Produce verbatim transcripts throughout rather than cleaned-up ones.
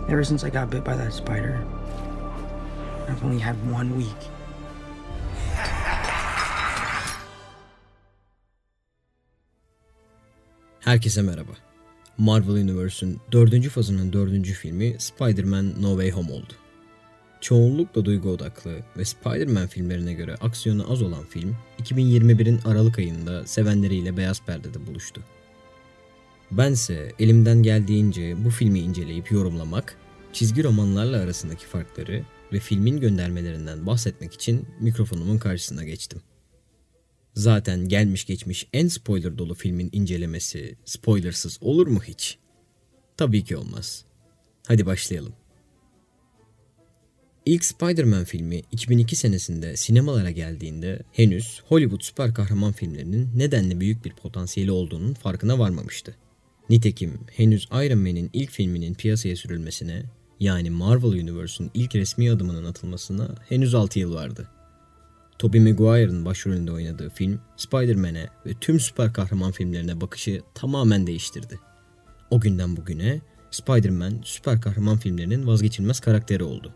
Ever since I got bit by that spider, I've only had one week. Herkese merhaba. Marvel Universe'ün dördüncü fazının dördüncü filmi Spider-Man No Way Home oldu. Çoğunlukla duygu odaklı ve Spider-Man filmlerine göre aksiyonu az olan film, iki bin yirmi birin Aralık ayında sevenleriyle beyaz perdede buluştu. Bense elimden geldiğince bu filmi inceleyip yorumlamak, çizgi romanlarla arasındaki farkları ve filmin göndermelerinden bahsetmek için mikrofonumun karşısına geçtim. Zaten gelmiş geçmiş en spoiler dolu filmin incelemesi spoilersız olur mu hiç? Tabii ki olmaz. Hadi başlayalım. İlk Spider-Man filmi iki bin iki senesinde sinemalara geldiğinde henüz Hollywood süper kahraman filmlerinin nedenli büyük bir potansiyeli olduğunun farkına varmamıştı. Nitekim henüz Iron Man'in ilk filminin piyasaya sürülmesine, yani Marvel Universe'ün ilk resmi adımının atılmasına henüz altı yıl vardı. Tobey Maguire'ın başrolünde oynadığı film, Spider-Man'e ve tüm süper kahraman filmlerine bakışı tamamen değiştirdi. O günden bugüne Spider-Man süper kahraman filmlerinin vazgeçilmez karakteri oldu.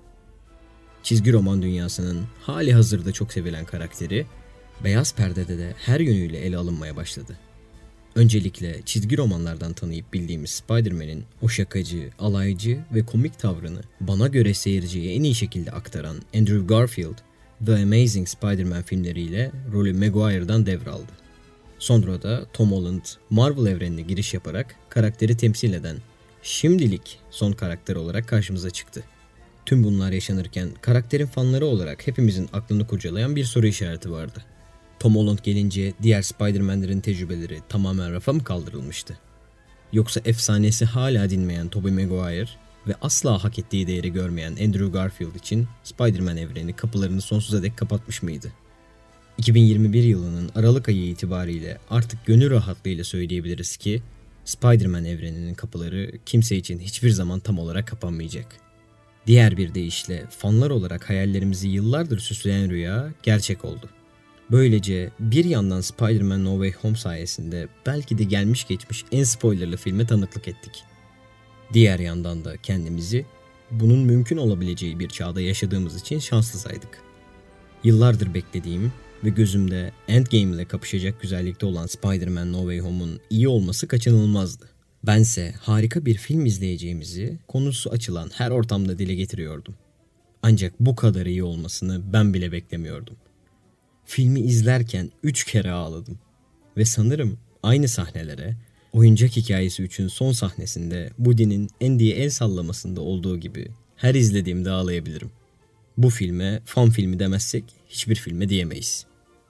Çizgi roman dünyasının hali hazırda çok sevilen karakteri, beyaz perdede de her yönüyle ele alınmaya başladı. Öncelikle çizgi romanlardan tanıyıp bildiğimiz Spider-Man'in o şakacı, alaycı ve komik tavrını bana göre seyirciye en iyi şekilde aktaran Andrew Garfield, The Amazing Spider-Man filmleriyle rolü Maguire'dan devraldı. Sonra da Tom Holland, Marvel evrenine giriş yaparak karakteri temsil eden, şimdilik son karakter olarak karşımıza çıktı. Tüm bunlar yaşanırken karakterin fanları olarak hepimizin aklını kurcalayan bir soru işareti vardı. Tom Holland gelince diğer Spider-Man'lerin tecrübeleri tamamen rafa mı kaldırılmıştı? Yoksa efsanesi hala dinmeyen Tobey Maguire ve asla hak ettiği değeri görmeyen Andrew Garfield için Spider-Man evreni kapılarını sonsuza dek kapatmış mıydı? iki bin yirmi bir yılının Aralık ayı itibariyle artık gönül rahatlığıyla söyleyebiliriz ki Spider-Man evreninin kapıları kimse için hiçbir zaman tam olarak kapanmayacak. Diğer bir deyişle fanlar olarak hayallerimizi yıllardır süsleyen rüya gerçek oldu. Böylece bir yandan Spider-Man No Way Home sayesinde belki de gelmiş geçmiş en spoilerlı filme tanıklık ettik. Diğer yandan da kendimizi bunun mümkün olabileceği bir çağda yaşadığımız için şanslı saydık. Yıllardır beklediğim ve gözümde Endgame ile kapışacak güzellikte olan Spider-Man No Way Home'un iyi olması kaçınılmazdı. Bense harika bir film izleyeceğimizi konusu açılan her ortamda dile getiriyordum. Ancak bu kadar iyi olmasını ben bile beklemiyordum. Filmi izlerken üç kere ağladım ve sanırım aynı sahnelere Oyuncak Hikayesi üçün son sahnesinde Woody'nin Andy'ye el sallamasında olduğu gibi her izlediğimde ağlayabilirim. Bu filme fan filmi demezsek hiçbir filme diyemeyiz.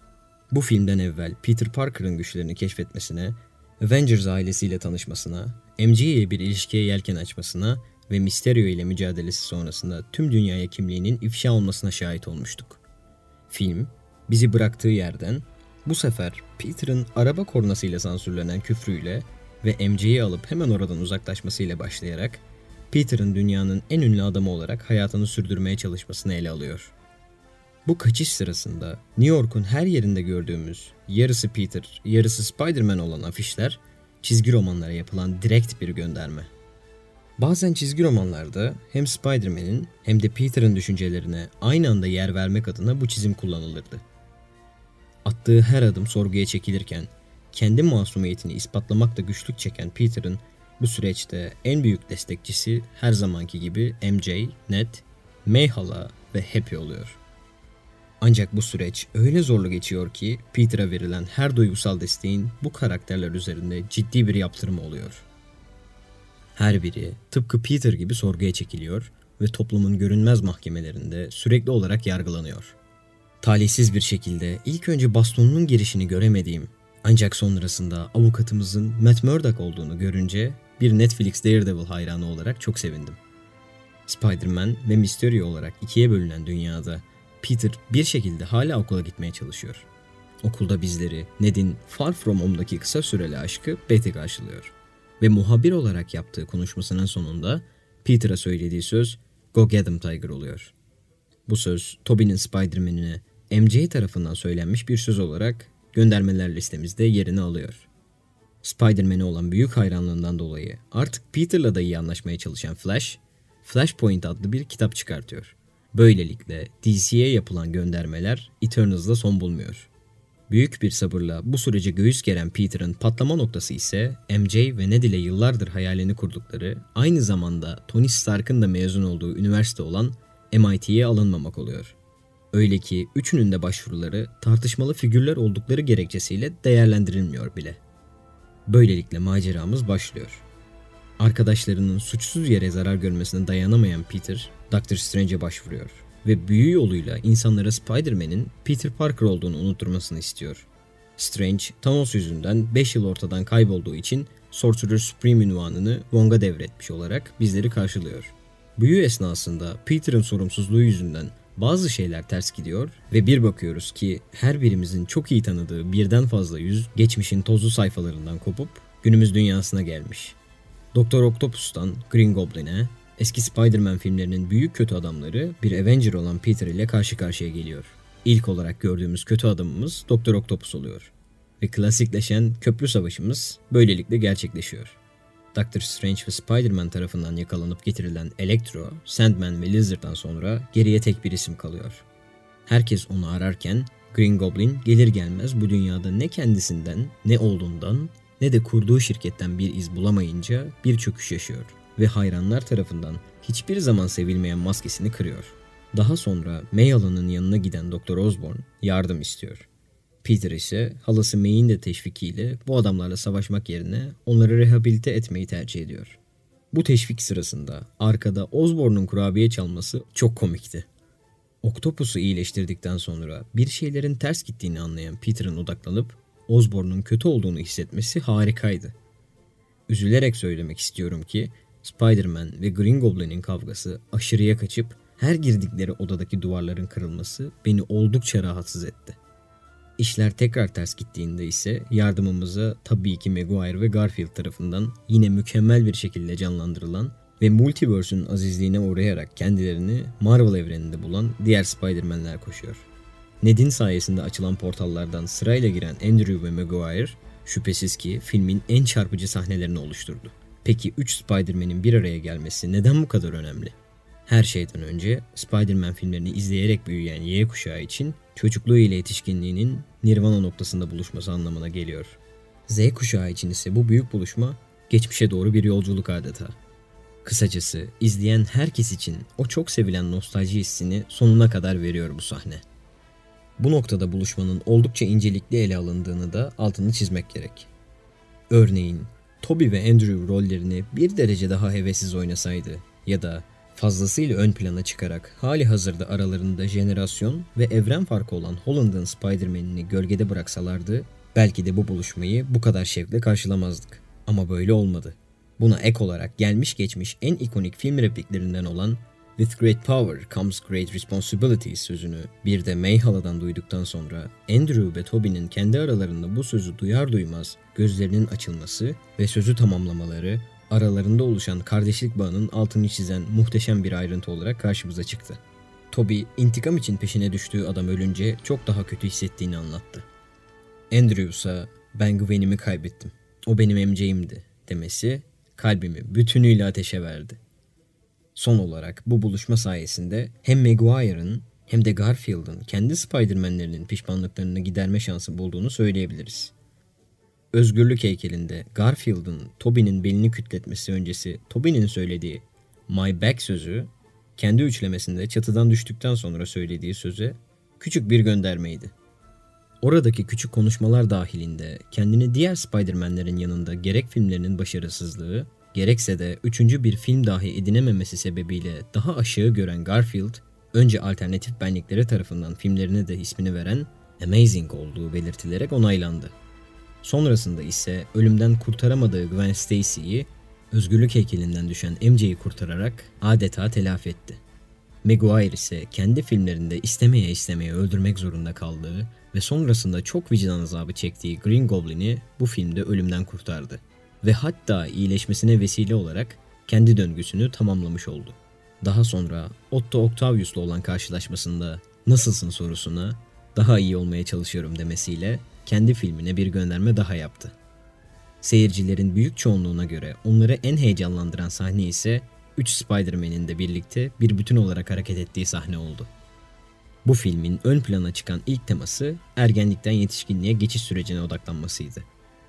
Bu filmden evvel Peter Parker'ın güçlerini keşfetmesine, Avengers ailesiyle tanışmasına, M J ile bir ilişkiye yelken açmasına ve Mysterio ile mücadelesi sonrasında tüm dünyaya kimliğinin ifşa olmasına şahit olmuştuk. Film, bizi bıraktığı yerden bu sefer Peter'ın araba kornasıyla sansürlenen küfrüyle ve M J'yi alıp hemen oradan uzaklaşmasıyla başlayarak Peter'ın dünyanın en ünlü adamı olarak hayatını sürdürmeye çalışmasını ele alıyor. Bu kaçış sırasında New York'un her yerinde gördüğümüz yarısı Peter, yarısı Spider-Man olan afişler çizgi romanlara yapılan direkt bir gönderme. Bazen çizgi romanlarda hem Spider-Man'in hem de Peter'ın düşüncelerine aynı anda yer vermek adına bu çizim kullanılırdı. Attığı her adım sorguya çekilirken, kendi masumiyetini ispatlamakta güçlük çeken Peter'ın bu süreçte en büyük destekçisi her zamanki gibi M J, Ned, May hala ve Happy oluyor. Ancak bu süreç öyle zorlu geçiyor ki Peter'a verilen her duygusal desteğin bu karakterler üzerinde ciddi bir yaptırımı oluyor. Her biri tıpkı Peter gibi sorguya çekiliyor ve toplumun görünmez mahkemelerinde sürekli olarak yargılanıyor. Talihsiz bir şekilde ilk önce bastonunun girişini göremediğim ancak sonrasında avukatımızın Matt Murdock olduğunu görünce bir Netflix Daredevil hayranı olarak çok sevindim. Spider-Man ve Mysterio olarak ikiye bölünen dünyada Peter bir şekilde hala okula gitmeye çalışıyor. Okulda bizleri Ned'in Far From Home'daki kısa süreli aşkı Betty karşılıyor. Ve muhabir olarak yaptığı konuşmasının sonunda Peter'a söylediği söz "Go get him Tiger" oluyor. Bu söz Tobey'nin Spider-Man'ine M J tarafından söylenmiş bir söz olarak göndermeler listemizde yerini alıyor. Spider-Man'e olan büyük hayranlığından dolayı artık Peter'la da iyi anlaşmaya çalışan Flash, Flashpoint adlı bir kitap çıkartıyor. Böylelikle D C'ye yapılan göndermeler Eternals'da son bulmuyor. Büyük bir sabırla bu sürece göğüs geren Peter'ın patlama noktası ise M J ve Ned ile yıllardır hayalini kurdukları, aynı zamanda Tony Stark'ın da mezun olduğu üniversite olan M I T'ye alınmamak oluyor. Öyle ki üçünün de başvuruları tartışmalı figürler oldukları gerekçesiyle değerlendirilmiyor bile. Böylelikle maceramız başlıyor. Arkadaşlarının suçsuz yere zarar görmesine dayanamayan Peter, Doctor Strange'e başvuruyor ve büyü yoluyla insanlara Spider-Man'in Peter Parker olduğunu unutturmasını istiyor. Strange, Thanos yüzünden beş yıl ortadan kaybolduğu için Sorcerer Supreme unvanını Wong'a devretmiş olarak bizleri karşılıyor. Büyü esnasında Peter'ın sorumsuzluğu yüzünden bazı şeyler ters gidiyor ve bir bakıyoruz ki her birimizin çok iyi tanıdığı birden fazla yüz geçmişin tozlu sayfalarından kopup günümüz dünyasına gelmiş. Doktor Octopus'tan Green Goblin'e, eski Spider-Man filmlerinin büyük kötü adamları bir Avenger olan Peter ile karşı karşıya geliyor. İlk olarak gördüğümüz kötü adamımız Doktor Octopus oluyor. Ve klasikleşen köprü savaşımız böylelikle gerçekleşiyor. Doctor Strange ve Spider-Man tarafından yakalanıp getirilen Electro, Sandman ve Lizard'dan sonra geriye tek bir isim kalıyor. Herkes onu ararken Green Goblin gelir gelmez bu dünyada ne kendisinden, ne olduğundan, ne de kurduğu şirketten bir iz bulamayınca bir çöküş yaşıyor ve hayranlar tarafından hiçbir zaman sevilmeyen maskesini kırıyor. Daha sonra Mayalla'nın yanına giden Doktor Osborn yardım istiyor. Peter ise halası May'in de teşvikiyle bu adamlarla savaşmak yerine onları rehabilite etmeyi tercih ediyor. Bu teşvik sırasında arkada Osborn'un kurabiye çalması çok komikti. Octopus'u iyileştirdikten sonra bir şeylerin ters gittiğini anlayan Peter'ın odaklanıp Osborn'un kötü olduğunu hissetmesi harikaydı. Üzülerek söylemek istiyorum ki Spider-Man ve Green Goblin'in kavgası aşırıya kaçıp her girdikleri odadaki duvarların kırılması beni oldukça rahatsız etti. İşler tekrar ters gittiğinde ise yardımımıza tabii ki Maguire ve Garfield tarafından yine mükemmel bir şekilde canlandırılan ve Multiverse'ün azizliğine uğrayarak kendilerini Marvel evreninde bulan diğer Spider-Man'ler koşuyor. Ned'in sayesinde açılan portallardan sırayla giren Andrew ve Maguire şüphesiz ki filmin en çarpıcı sahnelerini oluşturdu. Peki üç Spider-Man'in bir araya gelmesi neden bu kadar önemli? Her şeyden önce Spider-Man filmlerini izleyerek büyüyen Y kuşağı için çocukluğu ile yetişkinliğinin Nirvana noktasında buluşması anlamına geliyor. Z kuşağı için ise bu büyük buluşma geçmişe doğru bir yolculuk adeta. Kısacası izleyen herkes için o çok sevilen nostalji hissini sonuna kadar veriyor bu sahne. Bu noktada buluşmanın oldukça incelikli ele alındığını da altını çizmek gerek. Örneğin Tobey ve Andrew rollerini bir derece daha hevessiz oynasaydı ya da fazlasıyla ön plana çıkarak hali hazırda aralarında jenerasyon ve evren farkı olan Holland'ın Spider-Man'ini gölgede bıraksalardı belki de bu buluşmayı bu kadar şevkle karşılamazdık. Ama böyle olmadı. Buna ek olarak gelmiş geçmiş en ikonik film repliklerinden olan "With great power comes great responsibility" sözünü bir de Mayhalla'dan duyduktan sonra Andrew ve Tobey'nin kendi aralarında bu sözü duyar duymaz gözlerinin açılması ve sözü tamamlamaları aralarında oluşan kardeşlik bağının altını çizen muhteşem bir ayrıntı olarak karşımıza çıktı. Tobey intikam için peşine düştüğü adam ölünce çok daha kötü hissettiğini anlattı. Andrew ise "Ben güvenimi kaybettim. O benim M J'imdi" demesi kalbimi bütünüyle ateşe verdi. Son olarak bu buluşma sayesinde hem Maguire'ın hem de Garfield'ın kendi Spider-Man'lerinin pişmanlıklarını giderme şansı bulduğunu söyleyebiliriz. Özgürlük heykelinde Garfield'ın Tobey'nin belini kütletmesi öncesi Tobey'nin söylediği "My back" sözü, kendi üçlemesinde çatıdan düştükten sonra söylediği söze küçük bir göndermeydi. Oradaki küçük konuşmalar dahilinde kendini diğer Spider-Man'lerin yanında gerek filmlerinin başarısızlığı, gerekse de üçüncü bir film dahi edinememesi sebebiyle daha aşağı gören Garfield, önce alternatif benlikleri tarafından filmlerine de ismini veren Amazing olduğu belirtilerek onaylandı. Sonrasında ise ölümden kurtaramadığı Gwen Stacy'yi özgürlük heykelinden düşen M J'yi kurtararak adeta telafi etti. Maguire ise kendi filmlerinde istemeye istemeye öldürmek zorunda kaldığı ve sonrasında çok vicdan azabı çektiği Green Goblin'i bu filmde ölümden kurtardı. Ve hatta iyileşmesine vesile olarak kendi döngüsünü tamamlamış oldu. Daha sonra Otto Octavius'la olan karşılaşmasında "Nasılsın?" sorusuna "Daha iyi olmaya çalışıyorum" demesiyle kendi filmine bir gönderme daha yaptı. Seyircilerin büyük çoğunluğuna göre onları en heyecanlandıran sahne ise üç Spider-Man'in de birlikte bir bütün olarak hareket ettiği sahne oldu. Bu filmin ön plana çıkan ilk teması ergenlikten yetişkinliğe geçiş sürecine odaklanmasıydı.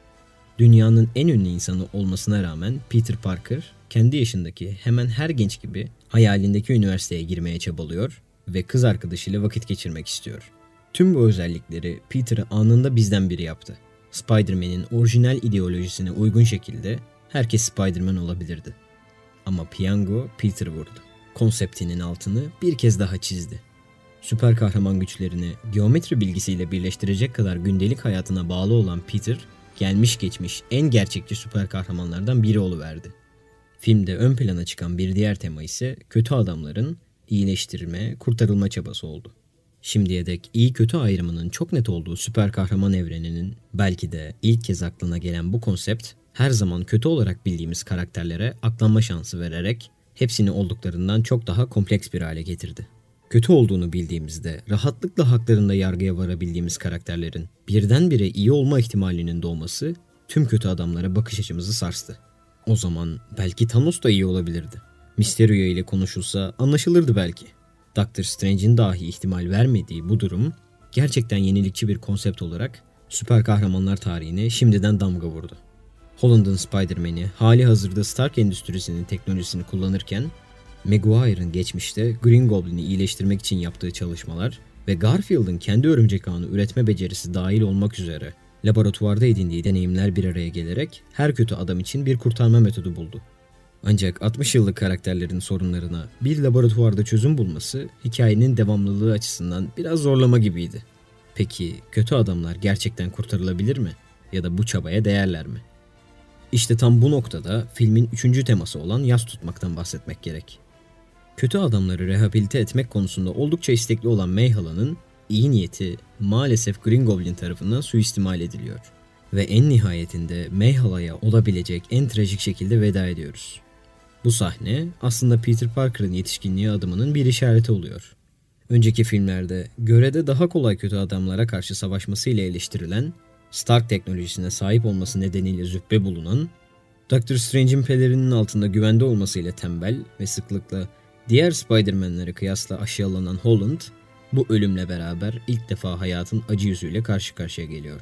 Dünyanın en ünlü insanı olmasına rağmen Peter Parker kendi yaşındaki hemen her genç gibi hayalindeki üniversiteye girmeye çabalıyor ve kız arkadaşıyla vakit geçirmek istiyor. Tüm bu özellikleri Peter'ı anında bizden biri yaptı. Spider-Man'in orijinal ideolojisine uygun şekilde herkes Spider-Man olabilirdi. Ama piyango Peter vurdu. Konseptinin altını bir kez daha çizdi. Süper kahraman güçlerini geometri bilgisiyle birleştirecek kadar gündelik hayatına bağlı olan Peter, gelmiş geçmiş en gerçekçi süper kahramanlardan biri oluverdi. Filmde ön plana çıkan bir diğer tema ise kötü adamların iyileştirme, kurtarılma çabası oldu. Şimdiye dek iyi kötü ayrımının çok net olduğu süper kahraman evreninin belki de ilk kez aklına gelen bu konsept, her zaman kötü olarak bildiğimiz karakterlere aklanma şansı vererek hepsini olduklarından çok daha kompleks bir hale getirdi. Kötü olduğunu bildiğimizde rahatlıkla haklarında yargıya varabildiğimiz karakterlerin birdenbire iyi olma ihtimalinin doğması tüm kötü adamlara bakış açımızı sarstı. O zaman belki Thanos da iyi olabilirdi. Mysterio ile konuşulsa anlaşılırdı belki. Doctor Strange'in dahi ihtimal vermediği bu durum gerçekten yenilikçi bir konsept olarak süper kahramanlar tarihine şimdiden damga vurdu. Holland'ın Spider-Man'i hali hazırda Stark Endüstrisi'nin teknolojisini kullanırken Maguire'ın geçmişte Green Goblin'i iyileştirmek için yaptığı çalışmalar ve Garfield'ın kendi örümcek ağını üretme becerisi dahil olmak üzere laboratuvarda edindiği deneyimler bir araya gelerek her kötü adam için bir kurtarma metodu buldu. Ancak altmış yıllık karakterlerin sorunlarına bir laboratuvarda çözüm bulması hikayenin devamlılığı açısından biraz zorlama gibiydi. Peki kötü adamlar gerçekten kurtarılabilir mi? Ya da bu çabaya değerler mi? İşte tam bu noktada filmin üçüncü teması olan yas tutmaktan bahsetmek gerek. Kötü adamları rehabilite etmek konusunda oldukça istekli olan Mayhala'nın iyi niyeti maalesef Green Goblin tarafından suistimal ediliyor. Ve en nihayetinde Mayhala'ya olabilecek en trajik şekilde veda ediyoruz. Bu sahne aslında Peter Parker'ın yetişkinliğe adımının bir işareti oluyor. Önceki filmlerde görede daha kolay kötü adamlara karşı savaşmasıyla eleştirilen, Stark teknolojisine sahip olması nedeniyle züppe bulunan, Doctor Strange'in pelerinin altında güvende olmasıyla tembel ve sıklıkla diğer Spider-Man'lere kıyasla aşağılanan Holland, bu ölümle beraber ilk defa hayatın acı yüzüyle karşı karşıya geliyor.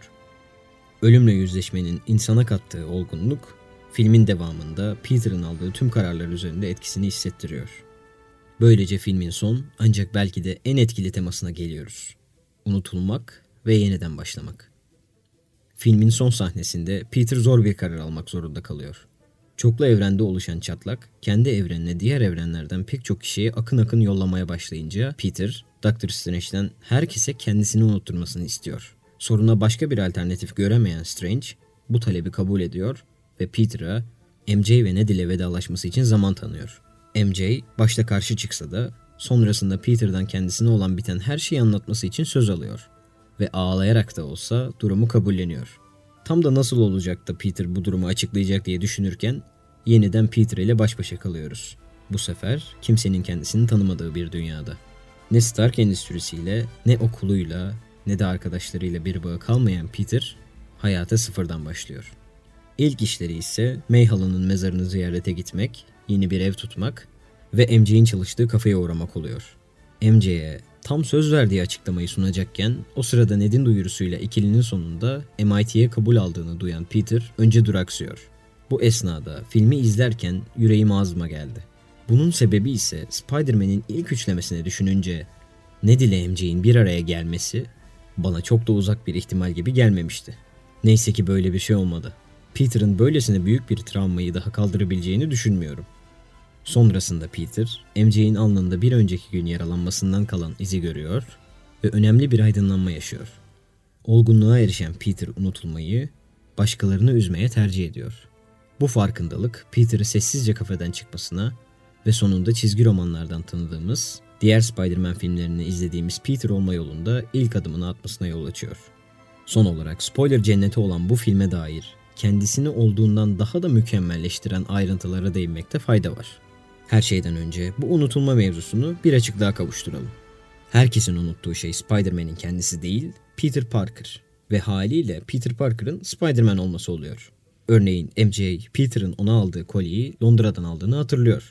Ölümle yüzleşmenin insana kattığı olgunluk, filmin devamında Peter'ın aldığı tüm kararlar üzerinde etkisini hissettiriyor. Böylece filmin son ancak belki de en etkili temasına geliyoruz. Unutulmak ve yeniden başlamak. Filmin son sahnesinde Peter zor bir karar almak zorunda kalıyor. Çoklu evrende oluşan çatlak, kendi evrenine diğer evrenlerden pek çok kişiye akın akın yollamaya başlayınca Peter, Doctor Strange'den herkese kendisini unutturmasını istiyor. Soruna başka bir alternatif göremeyen Strange, bu talebi kabul ediyor ve Peter'a M J ve Ned ile vedalaşması için zaman tanıyor. M J başta karşı çıksa da sonrasında Peter'dan kendisine olan biten her şeyi anlatması için söz alıyor ve ağlayarak da olsa durumu kabulleniyor. Tam da nasıl olacak da Peter bu durumu açıklayacak diye düşünürken yeniden Peter ile baş başa kalıyoruz. Bu sefer kimsenin kendisini tanımadığı bir dünyada. Ne Stark Endüstrisi'yle, ne okuluyla, ne de arkadaşlarıyla bir bağı kalmayan Peter hayata sıfırdan başlıyor. İlk işleri ise Mayhala'nın mezarını ziyarete gitmek, yeni bir ev tutmak ve M J'in çalıştığı kafeye uğramak oluyor. M J'ye tam söz verdiği açıklamayı sunacakken o sırada Ned'in duyurusuyla ikilinin sonunda M I T'ye kabul aldığını duyan Peter önce duraksıyor. Bu esnada filmi izlerken yüreğim ağzıma geldi. Bunun sebebi ise Spider-Man'in ilk üçlemesini düşününce Ned ile M J'in bir araya gelmesi bana çok da uzak bir ihtimal gibi gelmemişti. Neyse ki böyle bir şey olmadı. Peter'ın böylesine büyük bir travmayı daha kaldırabileceğini düşünmüyorum. Sonrasında Peter, M J'in alnında bir önceki gün yaralanmasından kalan izi görüyor ve önemli bir aydınlanma yaşıyor. Olgunluğa erişen Peter unutulmayı, başkalarını üzmeye tercih ediyor. Bu farkındalık Peter'ı sessizce kafeden çıkmasına ve sonunda çizgi romanlardan tanıdığımız, diğer Spider-Man filmlerini izlediğimiz Peter olma yolunda ilk adımını atmasına yol açıyor. Son olarak spoiler cenneti olan bu filme dair kendisini olduğundan daha da mükemmelleştiren ayrıntılara değinmekte fayda var. Her şeyden önce bu unutulma mevzusunu bir açıklığa kavuşturalım. Herkesin unuttuğu şey Spider-Man'in kendisi değil, Peter Parker ve haliyle Peter Parker'ın Spider-Man olması oluyor. Örneğin M J, Peter'ın ona aldığı kolyeyi Londra'dan aldığını hatırlıyor.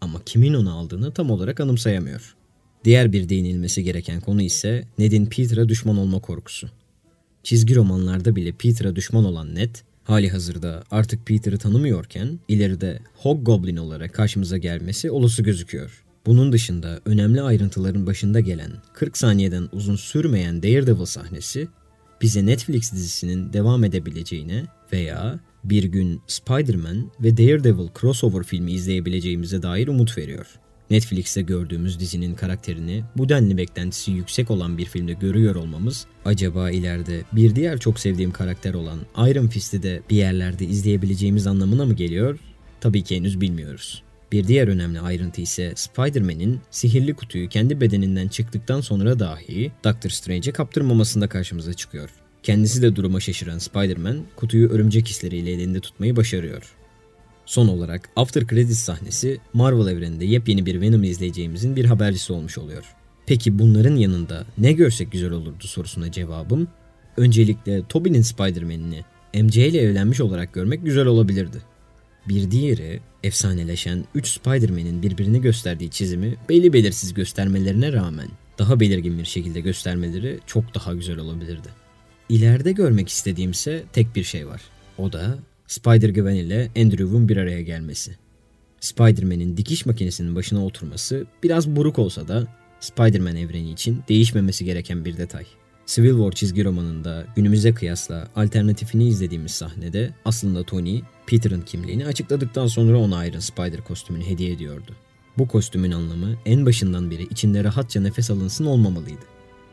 ama kimin onu aldığını tam olarak anımsayamıyor. Diğer bir değinilmesi gereken konu ise Ned'in Peter'a düşman olma korkusu. Çizgi romanlarda bile Peter'a düşman olan Ned, hali hazırda artık Peter'ı tanımıyorken ileride Hobgoblin olarak karşımıza gelmesi olası gözüküyor. Bunun dışında önemli ayrıntıların başında gelen kırk saniyeden uzun sürmeyen Daredevil sahnesi bize Netflix dizisinin devam edebileceğine veya bir gün Spider-Man ve Daredevil crossover filmi izleyebileceğimize dair umut veriyor. Netflix'te gördüğümüz dizinin karakterini bu denli beklentisi yüksek olan bir filmde görüyor olmamız, acaba ileride bir diğer çok sevdiğim karakter olan Iron Fist'i de bir yerlerde izleyebileceğimiz anlamına mı geliyor? Tabii ki henüz bilmiyoruz. Bir diğer önemli ayrıntı ise Spider-Man'in sihirli kutuyu kendi bedeninden çıktıktan sonra dahi Doctor Strange'e kaptırmamasında karşımıza çıkıyor. Kendisi de duruma şaşıran Spider-Man kutuyu örümcek hisleriyle elinde tutmayı başarıyor. Son olarak After Credits sahnesi Marvel evreninde yepyeni bir Venom izleyeceğimizin bir habercisi olmuş oluyor. Peki bunların yanında ne görsek güzel olurdu sorusuna cevabım, öncelikle Tobey'nin Spider-Man'ini M J ile evlenmiş olarak görmek güzel olabilirdi. Bir diğeri, efsaneleşen üç Spider-Man'in birbirini gösterdiği çizimi belli belirsiz göstermelerine rağmen daha belirgin bir şekilde göstermeleri çok daha güzel olabilirdi. İleride görmek istediğimse tek bir şey var. O da Spider-Gwen ile Andrew'un bir araya gelmesi. Spider-Man'in dikiş makinesinin başına oturması biraz buruk olsa da Spider-Man evreni için değişmemesi gereken bir detay. Civil War çizgi romanında günümüze kıyasla alternatifini izlediğimiz sahnede aslında Tony, Peter'ın kimliğini açıkladıktan sonra ona Iron Spider kostümünü hediye ediyordu. Bu kostümün anlamı en başından beri içinde rahatça nefes alınsın olmamalıydı.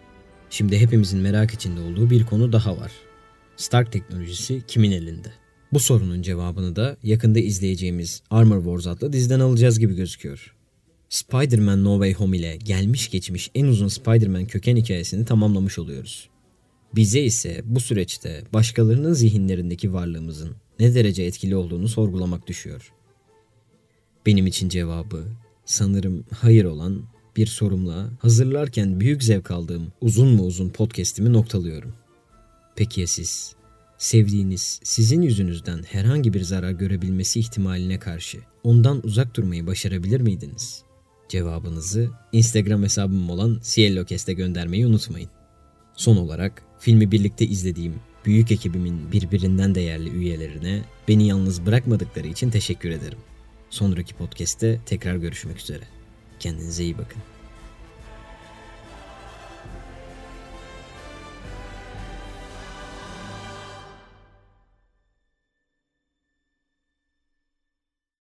Şimdi hepimizin merak içinde olduğu bir konu daha var. Stark teknolojisi kimin elinde? Bu sorunun cevabını da yakında izleyeceğimiz Armor Wars adlı diziden alacağız gibi gözüküyor. Spider-Man No Way Home ile gelmiş geçmiş en uzun Spider-Man köken hikayesini tamamlamış oluyoruz. Bize ise bu süreçte başkalarının zihinlerindeki varlığımızın ne derece etkili olduğunu sorgulamak düşüyor. Benim için cevabı sanırım hayır olan bir sorumla hazırlarken büyük zevk aldığım uzun mu uzun podcast'imi noktalıyorum. Peki ya siz? Sevdiğiniz, sizin yüzünüzden herhangi bir zarar görebilmesi ihtimaline karşı ondan uzak durmayı başarabilir miydiniz? Cevabınızı Instagram hesabım olan Ciellocast'e göndermeyi unutmayın. Son olarak filmi birlikte izlediğim büyük ekibimin birbirinden değerli üyelerine beni yalnız bırakmadıkları için teşekkür ederim. Sonraki podcast'te tekrar görüşmek üzere. Kendinize iyi bakın.